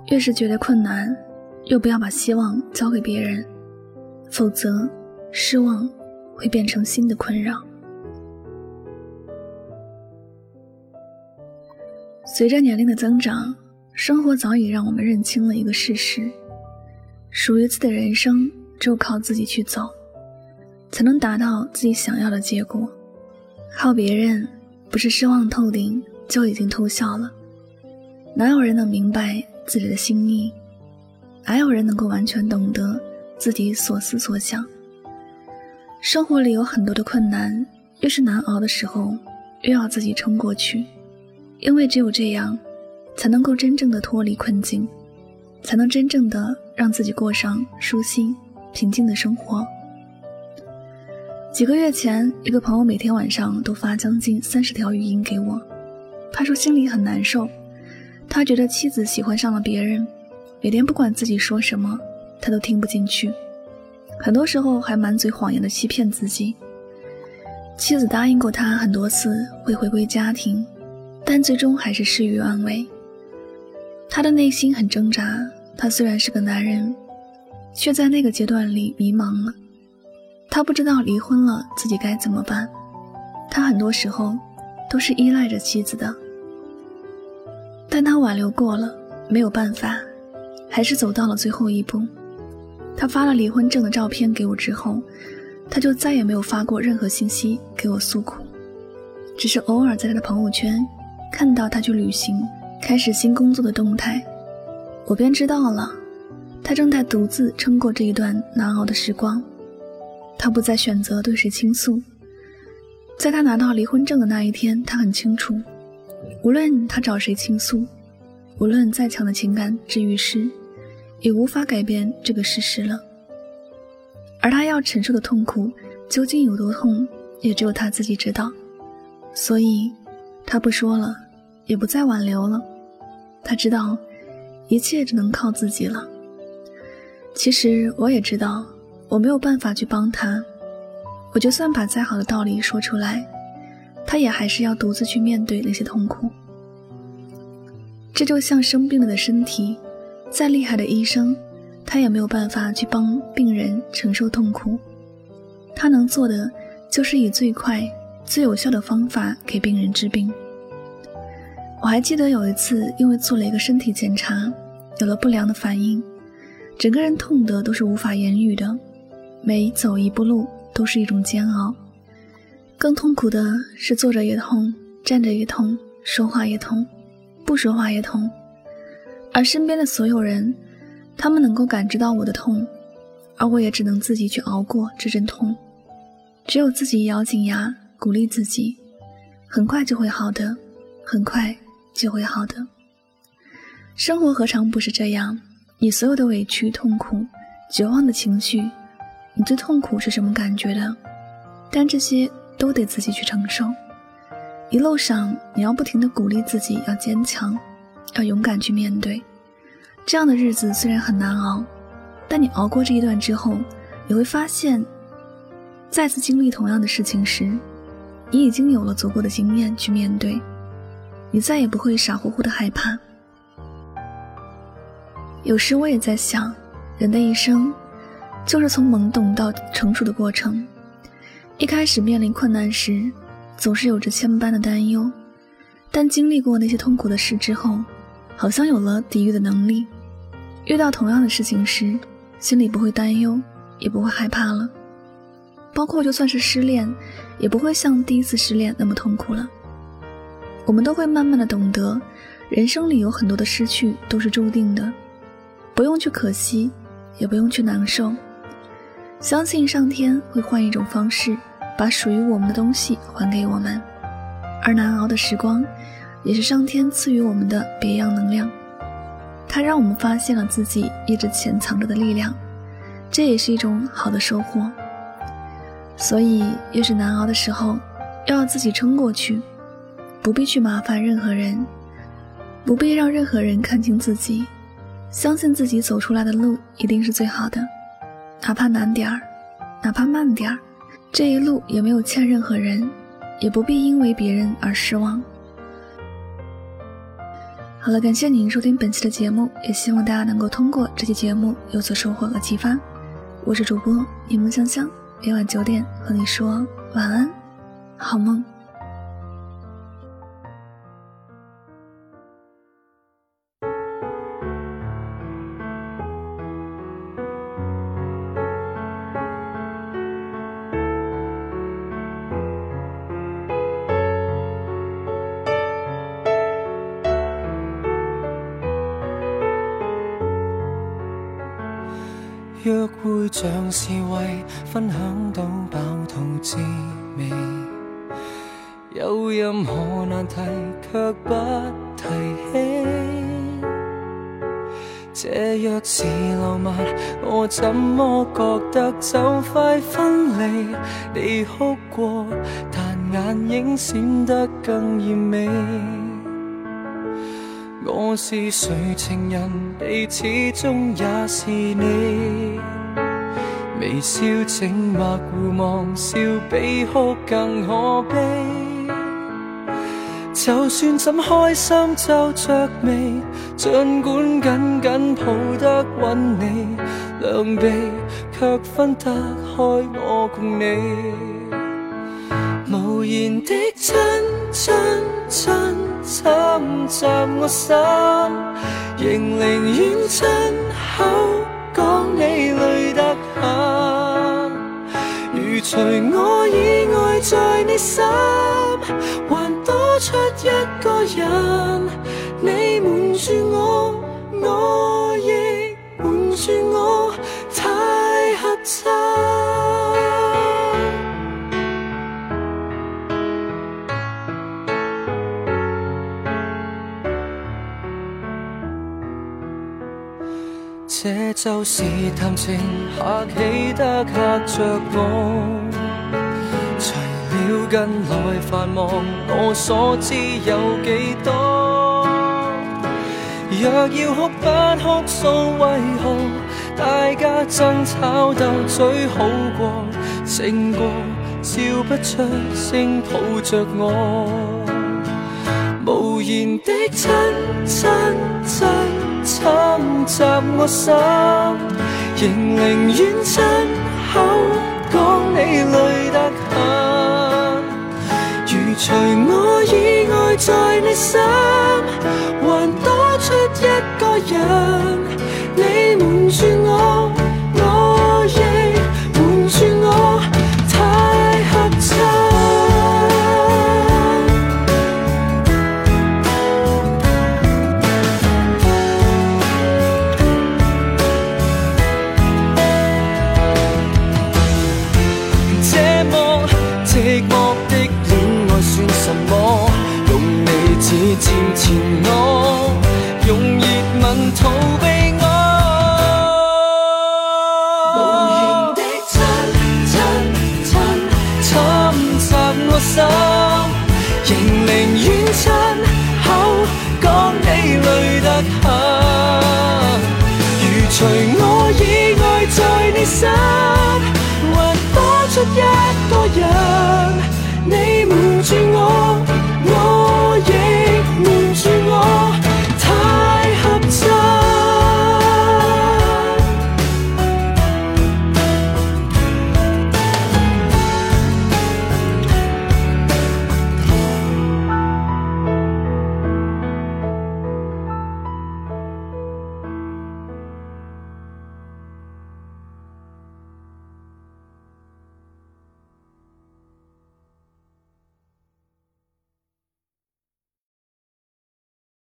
越是觉得困难，又不要把希望交给别人，否则失望会变成新的困扰。随着年龄的增长，生活早已让我们认清了一个事实，属于自己的人生只有靠自己去走，才能达到自己想要的结果。靠别人不是失望透顶就已经偷笑了，哪有人能明白自己的心意，哪有人能够完全懂得自己所思所想。生活里有很多的困难，越是难熬的时候，越要自己撑过去，因为只有这样才能够真正的脱离困境，才能真正的让自己过上舒心平静的生活。几个月前，一个朋友每天晚上都发将近30条语音给我，他说心里很难受，他觉得妻子喜欢上了别人，每天不管自己说什么他都听不进去，很多时候还满嘴谎言的欺骗自己。妻子答应过他很多次会回归家庭，但最终还是事与愿违。他的内心很挣扎，他虽然是个男人，却在那个阶段里迷茫了。他不知道离婚了自己该怎么办，他很多时候都是依赖着妻子的，但他挽留过了，没有办法，还是走到了最后一步。他发了离婚证的照片给我之后，他就再也没有发过任何信息给我诉苦，只是偶尔在他的朋友圈看到他去旅行开始新工作的动态，我便知道了他正在独自撑过这一段难熬的时光。他不再选择对谁倾诉，在他拿到离婚证的那一天，他很清楚，无论他找谁倾诉，无论再强的情感治愈师，也无法改变这个事实了。而他要承受的痛苦究竟有多痛，也只有他自己知道。所以他不说了，也不再挽留了，他知道一切只能靠自己了。其实我也知道我没有办法去帮他，我就算把再好的道理说出来，他也还是要独自去面对那些痛苦。这就像生病了的身体，再厉害的医生，他也没有办法去帮病人承受痛苦，他能做的就是以最快最有效的方法给病人治病。我还记得有一次因为做了一个身体检查，有了不良的反应，整个人痛得都是无法言语的，每走一步路都是一种煎熬。更痛苦的是坐着也痛，站着也痛，说话也痛，不说话也痛。而身边的所有人，他们能够感知到我的痛，而我也只能自己去熬过这阵痛。只有自己咬紧牙鼓励自己，很快就会好的，很快就会好的。生活何尝不是这样，你所有的委屈痛苦绝望的情绪，你最痛苦是什么感觉的，但这些都得自己去承受。一路上你要不停地鼓励自己要坚强，要勇敢去面对。这样的日子虽然很难熬，但你熬过这一段之后，你会发现再次经历同样的事情时，你已经有了足够的经验去面对，你再也不会傻乎乎的害怕。有时我也在想，人的一生就是从懵懂到成熟的过程。一开始面临困难时，总是有着千般的担忧，但经历过那些痛苦的事之后，好像有了抵御的能力。遇到同样的事情时，心里不会担忧，也不会害怕了。包括就算是失恋，也不会像第一次失恋那么痛苦了。我们都会慢慢的懂得，人生里有很多的失去都是注定的，不用去可惜，也不用去难受。相信上天会换一种方式，把属于我们的东西还给我们。而难熬的时光，也是上天赐予我们的别样能量。它让我们发现了自己一直潜藏着的力量，这也是一种好的收获。所以越是难熬的时候，要自己撑过去，不必去麻烦任何人，不必让任何人看清自己，相信自己走出来的路一定是最好的，哪怕难点儿，哪怕慢点儿，这一路也没有欠任何人，也不必因为别人而失望。 好了，感谢您收听本期的节目，也希望大家能够通过这期节目有所收获和启发。我是主播柠檬香香，每晚9点和你说晚安，好梦。 約會像是為分享到飽肚滋味，有任何難題卻不提起。這若是浪漫，我怎麼覺得就快分離？你哭過，但眼影閃得更豔美。我是誰情人，你始終也是你。微笑靜默互望，笑比哭更可悲。就算怎開心皺着眉，儘管緊緊抱得穩你，兩臂卻分得開我共你。無言的親親親侵襲我心，仍寧願親口講你累得很。如除我以外在你心，還多出一個人，你瞞住我，我亦瞞住我，太合襯。這就是談情客氣得嚇着我，除了近來繁忙，我所知有幾多？若要哭不哭訴，為何大家爭吵鬥嘴好過，勝過笑不出聲抱着我，無言的親親親侵襲我心，仍寧願親口講你累得很。如除我以外在你心，還多出一個人，你瞞住我，我亦瞞住我，太合襯。寂寞的戀愛算什麼？用理智佔前我，用熱吻逃避。